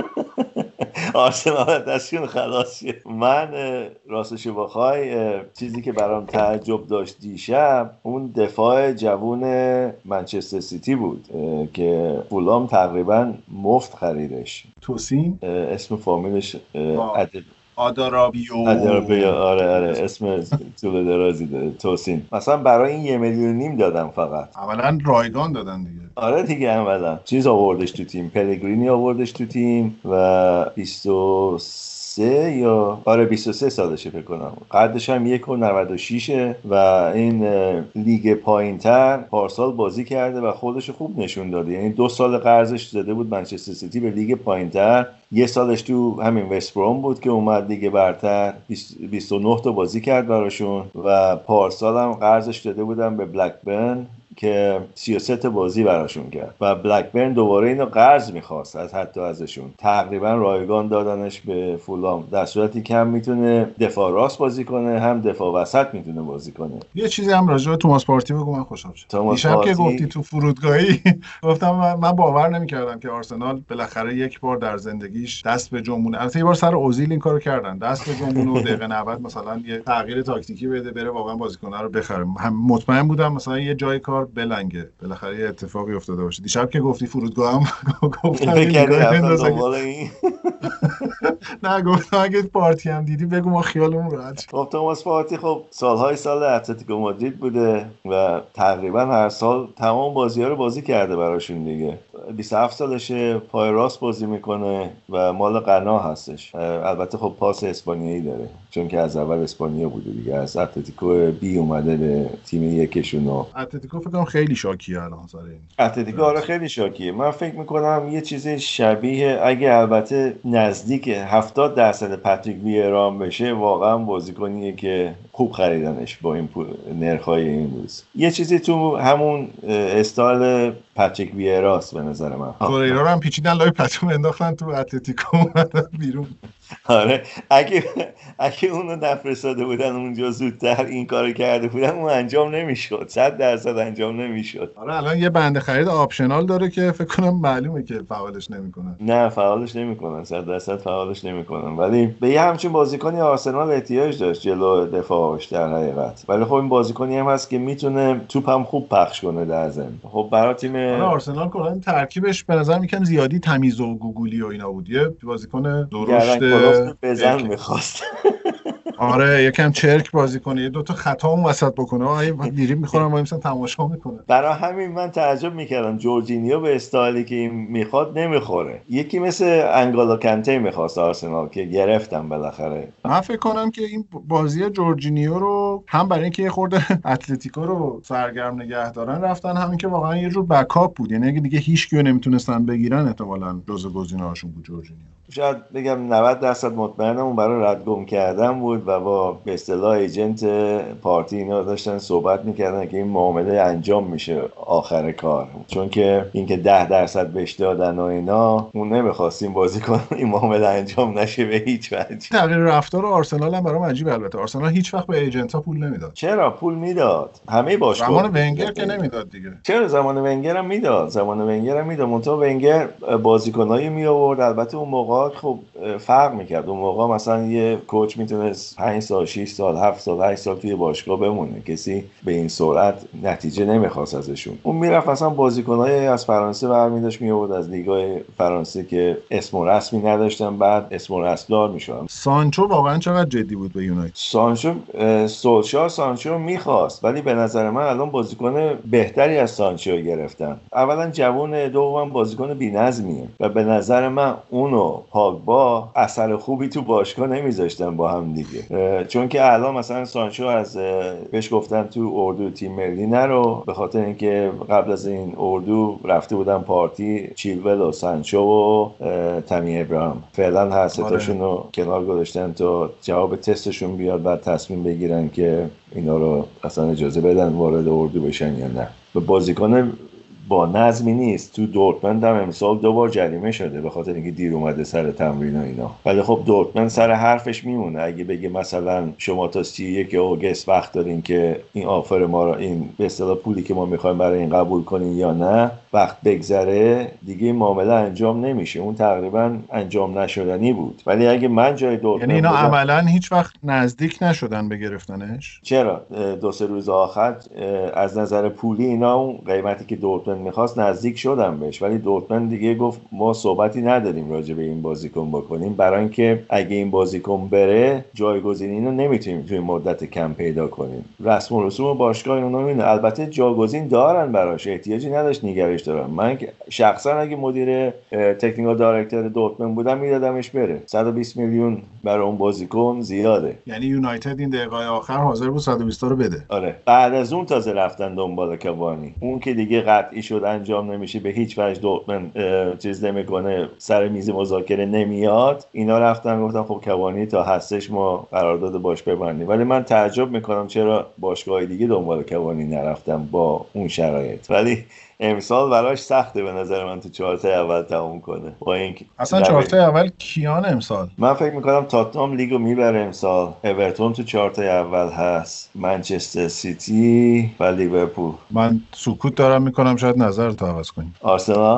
آرسنال دستشون خلاصیه. من راستشو بخوای چیزی که برام تعجب داشت دیشب اون دفاع جوون منچستر سیتی بود که فولام تقریبا مفت خریدش. توسین اسم فامیلش آدارابیو. آره اسم طول درازی داره، توسین. مثلا برای این 1.5 میلیون دادم فقط. اولا رایگان دادن دیگه. آره دیگه اولا چیز آوردش تو تیم، پلگرینی آوردش تو تیم و 23 سالشه فکر کنم، قدش هم 1.96 و این لیگ پایینتر پارسال بازی کرده و خودش خوب نشون داده. یعنی 2 سال قرضش داده بود منچستر سیتی به لیگ پایینتر، 1 سالش تو همین وست بروم بود که اومد لیگ برتر، 29 تا بازی کرد براشون و پارسال هم قرضش داده بودن به بلکبرن که 33 بازی براشون کرد و بلکبرن دوباره اینو قرض میخواست ازشون. تقریبا رایگان دادنش به فولام، در صورتی که هم میتونه دفاع راست بازی کنه هم دفاع وسط میتونه بازی کنه. یه چیزی هم راجع به توماس پارتی بگو، من خوشحال شدم. دیشب که گفتی تو فرودگاهی گفتم من باور نمی‌کردم که آرسنال بالاخره یک بار در زندگیش دست به جنبونه. البته یه بار سر اوزیل این کارو کردن، دست به جنبونه و دقیقه 90 مثلا یه تغییر تاکتیکی بده بره واقعا بازیکن‌ها رو بخره. هم مطمئن بودم مثلا یه جای کار بلنگه، بالاخره یه اتفاقی افتاده باشه. دیشب که گفتی فرودگاهم گفتم نه گفتم اگه پارتی هم دیدی بگو ما خیالمون راحت شه. خب توماس پارتی خب سالهای سال اتلتیکو مادرید بوده و تقریبا هر سال تمام بازی‌ها رو بازی کرده براشون دیگه. 27 سالشه، پای راست بازی میکنه و مال غنا هستش. البته خب پاس اسپانیایی داره چون که از اول اسپانیا بوده دیگه، از اتلتیکو بی اومده به تیم یکشون. اتلتیکو فکر کنم خیلی شاکیه الان سر این. اتلتیکو آره خیلی شاکیه. من فکر میکنم یه چیزی شبیه، اگه البته نزدیک 70% پاتریک ویرا بشه، واقعا بازیکنیه که خوب خریدنش با این نرخ‌های این روز. یه چیزی تو همون استایل پاتریک ویراست به نظر من. توریرا رو هم پیچیدن لای پتو انداختن تو اتلتیکو اومدن بیرون. آره اگه اونو نفرستاده بودن اونجا زودتر این کارو کرده بودن اون انجام نمیشد، 100% انجام نمیشد. آره الان یه بنده خرید آپشنال داره که فکر کنم معلومه که فعالش نمیکنن. نه فعالش نمیکنن، 100% فعالش نمیکنن، ولی به یه همچین بازیکنی آرسنال احتیاج داشت جلو دفاعش در حقیقت. ولی خب این بازیکنی هم هست که میتونه توپم خوب پخش کنه در ضمن. خب برای تیم آرسنال کلا ترکیبش به نظر میاد زیادی تمیز و گوگولی و اینا بود. یه بازیکن درشت بزن میخواست. آره یکم چرک بازی کنه، یه دوتا خطا اون وسط بکنه، آره دیری میخورن ما مثلا تماشا میکنه. برای همین من تعجب میکردم جورجینیو به استایلی که این میخواد نمیخوره. یکی مثل انگولو کنته میخواست آرسنال که گرفتم بالاخره. من فکر کنم که این بازی جورجینیو رو هم برای اینکه یه خورده اتلتیکو رو سرگرم نگه دارن رفتن، همین که واقعا یه جور بکاپ بود، یعنی اگه دیگه هیچ کیو نمیتونستن بگیرن احتمالاً جزو گزینه‌هاشون بود جورجینیو. شاید بگم 90% مطمئنم اون برای ردگم کردن بود و با به اصطلاح ایجنت پارتی اینا داشتن صحبت میکردن که این معامله انجام میشه آخر کار، چون که اینکه 10% بهش دادن و اینا اون نمیخواستیم بازی کنه این معامله انجام نشه به هیچ وجه. تغییر رفتار آرسنال هم برام عجیبه. البته آرسنال هیچ وقت به ایجنت‌ها پول نمیداد. چرا پول میداد؟ همه باشگاه زمان ونگر که نمیداد دیگه. چرا زمان ونگر هم میداد؟ زمان ونگر هم میداد. منتها ونگر بازیکنایی می آورد. البته اون موقع خب فرق میکرد. اون موقع مثلا یه کوچ میتونست 5 سال 6 سال 7 سال 8 سال توی باشگاه بمونه، کسی به این سرعت نتیجه نمیخواست ازشون. اون میرفت مثلا بازیکنای از فرانسه برمی‌داشت می آورد از لیگ‌های فرانسه که اسم و رسمی نداشتن، بعد اسم و رسمدار میشدن. سانچو واقعا چقدر جدی بود به یونایتد. سانچو میخواست، ولی به نظر من الان بازیکن بهتری از سانچو گرفتن. اولا جوان، دوم بازیکن بی‌نظمیه و به نظر من اونو پاگبا اثر خوبی تو باشگاه نمیذاشتن با هم دیگه، چون که الان مثلا سانچو از بهش گفتن تو اردو تیم ملی نرو، به خاطر اینکه قبل از این اردو رفته بودن پارتی چیلول و سانچو و تامی ابراهام. فعلا هر ستاشون رو کنار گذاشتن تا جواب تستشون بیاد، بعد تصمیم بگیرن که اینا رو اصلا اجازه بدن وارد اردو بشن یا نه. به بازیکن با نظمی نیست. تو دورتموند هم امسال 2 بار جریمه شده به خاطر اینکه دیر اومده سر تمرین و اینا. ولی خب دورتموند سر حرفش میمونه. اگه بگه مثلا شما تا 31 اوگوست وقت دارین که این آفر ما رو، این به اصطلاح پولی که ما میخوایم برای این قبول کنین یا نه، وقت بگذره دیگه این معامله انجام نمیشه. اون تقریبا انجام نشدنی بود. ولی اگه من جای دورتموند، یعنی اینا عملاً هیچ وقت نزدیک نشدن به گرفتنش. چرا 2-3 روز آخر از نظر پولی اینا اون قیمتی که دورتموند میخواست نزدیک شدن بهش، ولی دورتموند دیگه گفت ما صحبتی نداریم راجع به این بازیکن بکنیم، برای اینکه اگه این بازیکن بره جایگزینی رو نمیتونیم توی مدت کم پیدا کنیم. رسم و رسوم باشگاه اونا اینه. البته جایگزین دارن براش، احتیاجی نداشت نگرش دارن. من شخصا اگه مدیر تکنیکال دایرکتور دورتموند بودم میدادمش بره. 120 میلیون برای اون بازیکن زیاده. یعنی یونایتد این دقیقه آخر حاضر بود 120 رو بده. آره بعد از اون تازه رفتن دنبال کوانی. اون که دیگه قطعی میشد انجام نمیشه، به هیچ وجه دورتموند چیز نمیکنه، سر میز مذاکره نمیاد، اینا رفتن گفتن خب کوانی تا هستش ما قرارداد باش ببندیم. ولی من تعجب میکنم چرا باشگاه‌های دیگه دنبال کوانی نرفتن با اون شرایط. ولی امسال براش سخته به نظر من تو چهارتای اول تموم کنه. با این اصلا چهارتای اول کیان امسال؟ من فکر میکنم تاتنهام لیگو میبره امسال، اورتون تو چهارتای اول هست، منچستر سیتی و لیورپول. من سکوت دارم میکنم، شاید نظرتو عوض کنی. آرسنال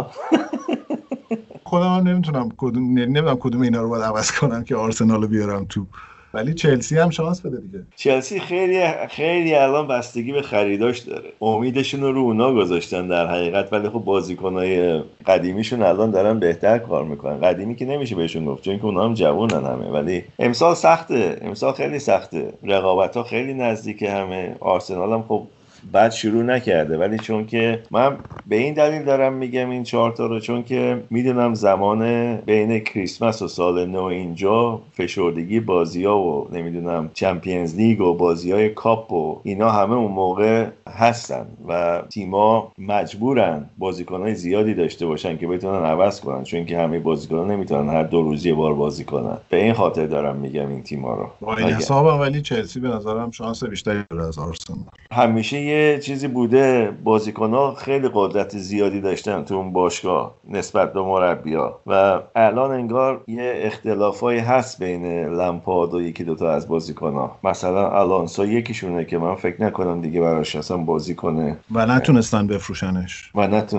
خودم هم نمیدونم کدوم اینا رو باید عوض کنم که آرسنال رو بیارم تو، ولی چلسی هم شانس بده دیگه. چلسی خیلی الان بستگی به خریداش داره، امیدشون رو اونا گذاشتن در حقیقت، ولی خب بازیکنای قدیمیشون الان دارن بهتر کار میکنن. قدیمی که نمیشه بهشون گفت چون که اونا هم جوونن همه، ولی امسال سخته، امسال خیلی سخته، رقابت‌ها خیلی نزدیکه همه. آرسنال هم خب بعد شروع نکرده، ولی چون که من به این دلیل دارم میگم این 4 تا رو، چون که میدونم زمان بین کریسمس و سال نو اینجا فشردگی بازی‌ها و نمیدونم چمپیونز لیگ و بازی‌های کاپ و اینا همه اون موقع هستن و تیم‌ها مجبورن بازیکن‌های زیادی داشته باشن که بتونن عوض کنن، چون که همه بازیکن‌ها نمیتونن هر 2 روز یه بار بازی کنن. به این خاطر دارم میگم این تیم‌ها رو. با این حسابم ولی چلسی به نظرم شانس بیشتری داره از آرسنال. همیشه یه چیزی بوده، بازیکن‌ها خیلی قدرت زیادی داشتن تو اون باشگاه نسبت به مربی‌ها و الان انگار یه اختلافایی هست بین لمپارد و یکی دوتا از بازیکن‌ها. مثلا آلونسو یکیشونه که من فکر نکنم دیگه براش اصلا بازی کنه و نتونستن بفروشنش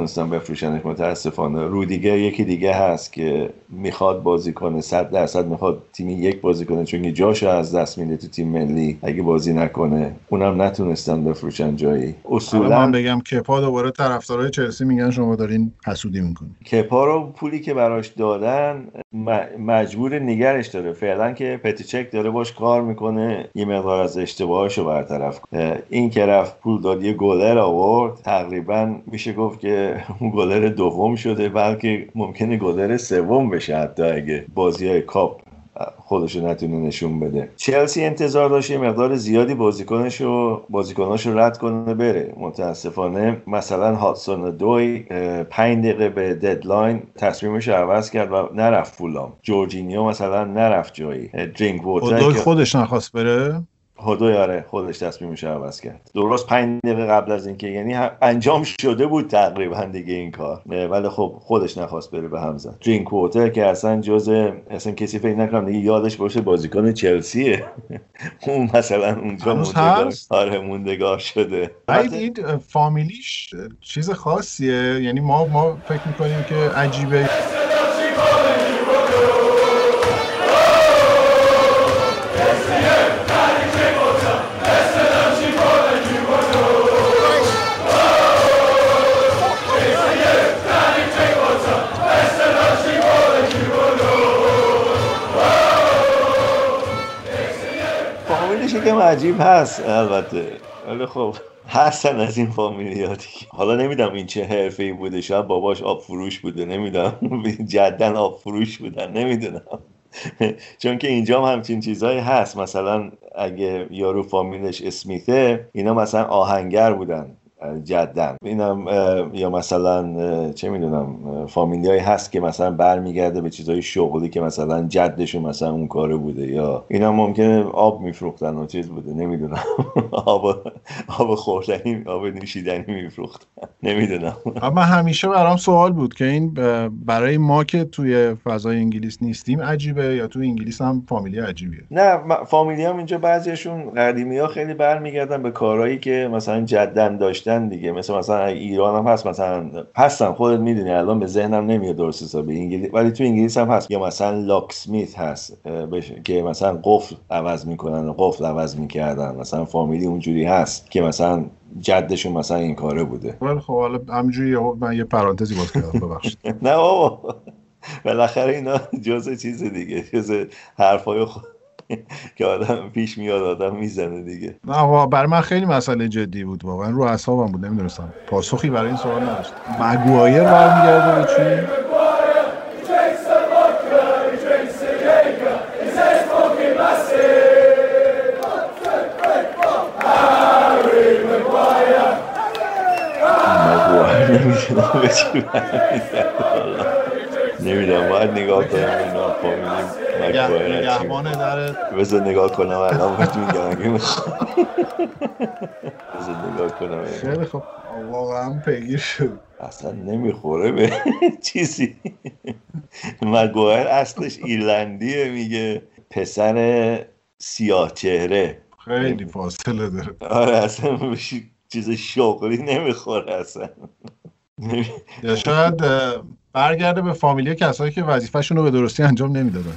متاسفانه. رودیگر یکی دیگه هست که میخواد بازی کنه، 100% میخواد تیم یک بازی کنه، چون که جاشو از دست میده تو تیم ملی اگه بازی نکنه. اونم نتونستن بفروشن جایی. اصولا من بگم کپا دوباره طرفدارای چلسی میگن شما دارین حسودی میکنین. کپا رو پولی که براش دادن مجبور نگرش داره فعلا که پتیچک داره باش کار میکنه یه مقدار از اشتباهاشو برطرف کنه. این که رفت پول داد یه گلر آورد، تقریبا میشه گفت که اون گلر دوم شده، بلکه ممکنه گلر سوم بشه حتی اگه بازی‌های کاپ خودشو نتونه نشون بده. چلسی انتظار داشت یه مقدار زیادی بازیکناشو رد کنه بره. متاسفانه مثلا هاتسون دوی 5 دقیقه به ددلاین تصمیمش عوض کرد و نرفت فولام. جورجینیو مثلا نرفت جایی. درینک ووتر که خودش نخواست بره، هدوی خودش تصمیمش عوض کرد. درست 5 دقیقه قبل از اینکه، یعنی انجام شده بود تقریبا دیگه این کار، ولی خب خودش نخواست بره به هم زد. درینک ووتر که اصلا کسی فکر نکنم دیگه یادش باشه بازیکن چلسیه. اون مثلا اونجا موندگار شده. این فامیلیش چیز خاصیه، یعنی ما فکر میکنیم که عجیبه. که عجیب هست البته، ولی خب هستن از این فامیلیاتی. حالا نمیدونم این چه حرفه‌ای بوده، شاید باباش آب فروش بوده، نمیدونم جدن آب فروش بودن، نمیدونم. چون که اینجا هم همچین چیزایی هست. مثلا اگه یارو فامیلش اسمیته، اینا مثلا آهنگر بودن جدن. اینم یا مثلا چه میدونم فامیلیایی هست که مثلا برمیگرده به چیزای شغلی که مثلا جدشون مثلا اون کاره بوده، یا اینا ممکنه آب میفروختن و چیز بوده، نمیدونم. آب خوردنی، آب نوشیدنی میفروختن، نمیدونم. اما همیشه برام سوال بود که این برای ما که توی فضای انگلیس نیستیم عجیبه یا توی انگلیس هم فامیلی عجیبیه؟ نه، فامیلی هم اینجا بعضیشون قدیمی‌ها خیلی برمیگردن به کارهایی که مثلا جدن داشتن دیگه. مثلا ایران هم هست، مثلا هستن، خودت میدونی الان به ذهنم نمیاد درست حسابی انگلیس، ولی تو انگلیس هم هست. یا مثلا لاکسمیت هست که مثلا قفل عوض میکنن، قفل عوض میکردن. مثلا فامیلی اونجوری هست که مثلا جدشون مثلا این کاره بوده. ولی خب حالا همینجوری من یه پرانتزی باز کردم، ببخشید. نه بابا، بالاخره اینا جزء چیز دیگه، جزء حرفای که آدم پیش میاد آدم میزنه دیگه. نه برای من خیلی مسئله جدی بود، واقعا رو اعصابم بود، نمیدونستم پاسخی برای این سوال نداشت. مگوایر برمیگرده به چی؟ به چی برمیگرده؟ نمیدونم، باید نگاه کنم اینا فامیلی نگهبان در بذار نگاه کنم الان باید میگم اگه میخوام بذار نگاه کنم. خیلی خب واقعا پیگیر شد. اصلا نمیخوره به چیزی. مگوایر اصلش ایرلندیه، میگه پسر سیاه چهره، خیلی فاصله داره. آره اصلا چیز شغلی نمیخوره اصلا. یا شاید برگرده به فامیلی کسایی که وظیفه‌شون رو به درستی انجام نمیدادن.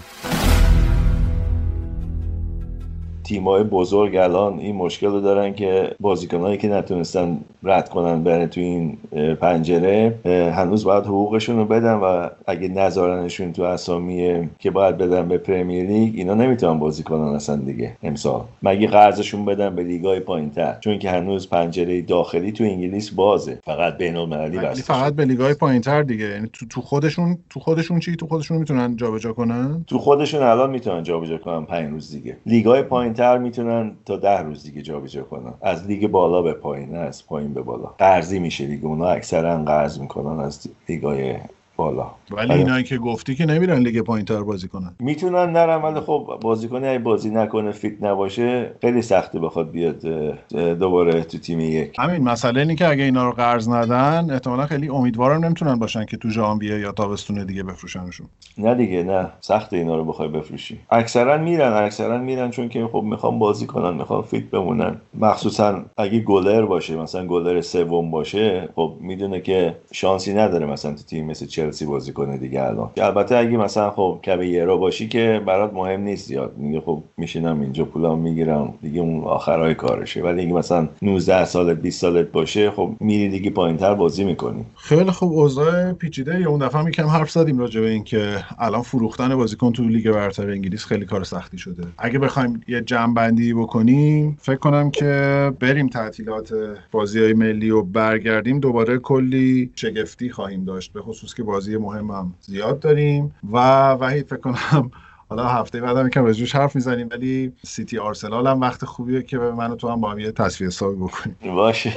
تیم‌های بزرگ الان این مشکل رو دارن که بازیکنایی که نتونستن رد کنن برن تو این پنجره هنوز باید حقوقشون رو بدن و اگه نذارنشون تو اسامی که باید بدن به پرمیر لیگ، اینا نمیتونن بازی کنن اصلا دیگه امسال، مگه قرضشون بدن به لیگ‌های پایین‌تر، چون که هنوز پنجره داخلی تو انگلیس بازه، فقط بین‌المللی بسته، فقط به لیگ‌های پایین‌تر دیگه. یعنی تو خودشون چی؟ تو خودشون میتونن جابجا کنن؟ تو خودشون الان میتونن جابجا کنن 5 روز دیگه. لیگ‌های پایین‌تر میتونن تا 10 روز دیگه جابجا کنن، از لیگ بالا به پایین، از پایین به بالا. قرضی میشه دیگه، اونا اکثرا قرض میکنن از لیگ‌های بالا. ولی اینایی که گفتی که نمیرن لیگ پایین‌تر بازی کنن. میتونن نرن، ولی خب بازیکنی اگه بازی نکنه، فیت نباشه، خیلی سخته بخواد بیاد دوباره تو تیم یک. همین مسئله اینه که اگه اینا رو قرض ندن احتمالاً خیلی امیدوارم نمیتونن باشن که تو ژانویه یا تابستون دیگه بفروشنشون. نه دیگه، نه سخته اینا رو بخوای بفروشی. اکثرا میرن چون که خب میخوام بازی کنن، میخوام فیت بمونن. مخصوصا اگه گلر باشه، مثلا گلر سوم باشه، خب میدونه که شانسی نداره مثلا تو تیم مثل چلسی بازی کنه دیگه الان. که البته اگه مثلا خب کبیرا باشی که برات مهم نیست زیاد، میگه خب میشینم اینجا پولام میگیرم دیگه، اون آخرای کارشه. ولی اگه مثلا 19 سال 20 سالت باشه، خب میری دیگه پایینتر بازی میکنی. خیلی خوب. اوضاع پیچیده. اون دفعه میگم حرف زدیم راجع به این که الان فروختن بازیکن تو لیگ برتر انگلیس خیلی کار سختی شده. اگه بخوایم یه جمع‌بندی بکنیم، فکر کنم که بریم تعطیلات بازی‌های ملی و برگردیم دوباره کلی شگفتی خواهیم داشت، به خصوص که بازی مهمم زیاد داریم و وحید فکر کنم حالا هفته بعدم یکم راجعش حرف میزنیم، ولی سیتی آرسنال هم وقت خوبیه که من و تو هم با هم یه تصفیه حسابی بکنیم. باشه.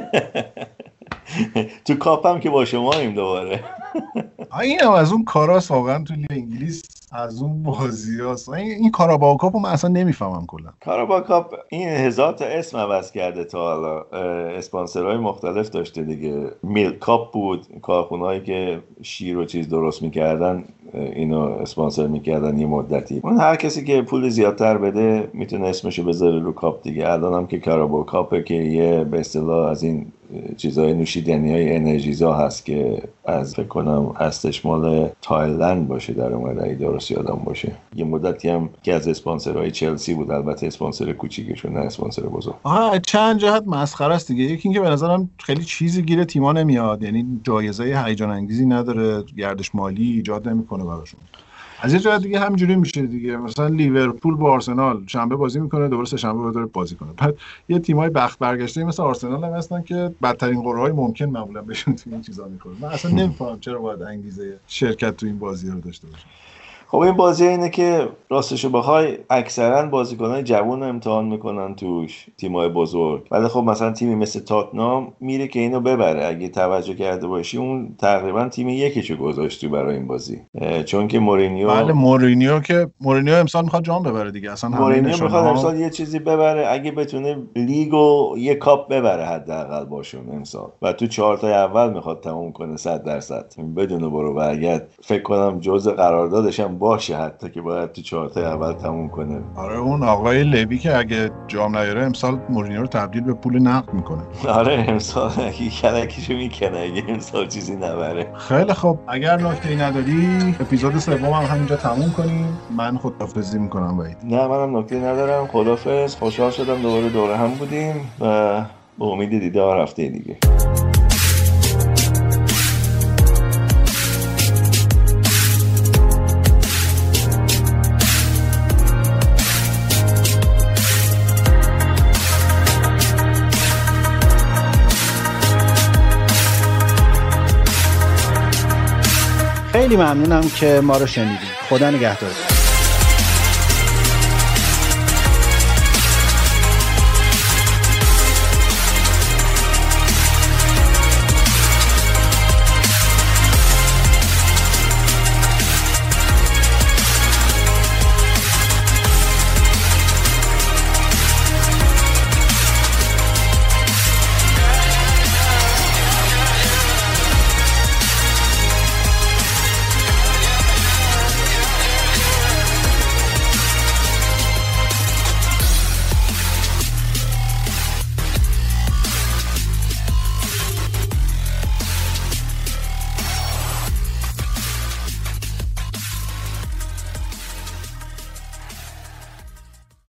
تو کاپ هم که با شماییم دوباره. اینم از اون کاراست واقعا تو لیگ انگلیس، از اون بازیاست. این کاراباو کاپو من اصلا نمیفهمم کلا. کاراباو کاپ این هزار تا اسم عوض کرده تا حالا، اسپانسرهای مختلف داشته دیگه. میلک کاپ بود، کارخونهایی که شیر و چیز درست میکردن اینو اسپانسر میکردن یه مدتی. اون هر کسی که پول زیادتر بده میتونه اسمشو بذاره رو کاپ دیگه. الان هم که کاراباو کاپه که یه به اصطلاح از این چیزای نوشیدنی‌های انرژیزا هست که از فکر کنم اصلش مال تایلند باشه در اومده، اگه درست یادم باشه. یه مدتی هم که از اسپانسرهای چلسی بود، البته اسپانسر کوچیکشون، نه اسپانسر بزرگ. چند جهت مسخره است دیگه. یکی اینکه به نظرم خیلی چیزی گیر تیم‌ها نمیاد، یعنی جایزه هیجان انگیزی نداره، گردش مالی ایجاد نمیکنه براشون. از یه جهت دیگه همینجوری میشه دیگه. مثلا لیورپول با آرسنال شنبه بازی میکنه، دوباره سه شنبه داره بازی کنه. بعد یه تیمای بخت برگشته مثل آرسنال هم هستن که بدترین قرعه‌های ممکن معمولا بهشون تو این چیزا میخوره. من اصلا نمیفهمم چرا باید انگیزه شرکت تو این بازی‌ها رو داشته باشه. خب این بازی اینه که راستشو بخوای اکثرا بازیکنای جوان رو امتحان میکنن توش تیمای بزرگ، ولی خب مثلا تیمی مثل تاتنام میره که اینو ببره. اگه توجه کرده باشی اون تقریبا تیم یکیشو گذاشت برای این بازی، چون که مورینیو امسال میخواد جام ببره دیگه. اصلا مورینیو میخواد امسال یه چیزی ببره، اگه بتونه لیگو یه کاپ ببره حداقل باشون امسال، و تو 4 تا اول میخواد تموم کنه 100% بدون برو برگرد. فکر کنم جزء قراردادش هم باشه حتی که باید تو 4 تا اول تموم کنه. آره اون آقای لوی که اگه جام نیاره امسال مورینیو رو تبدیل به پول نقد میکنه. آره امسال اگه کلکیشو میکنه اگه امسال چیزی نبره. خیلی خب، اگر نکته‌ای نداری اپیزود سوم هم همینجا تموم کنیم. من خداحافظی میکنم وحید. نه منم نکته‌ای ندارم. خداحافظ. خوشحال شدم دوباره هم بودیم و به امید دیدار هفته دیگه. خیلی ممنونم که ما رو شنیدید. خدا نگهدار.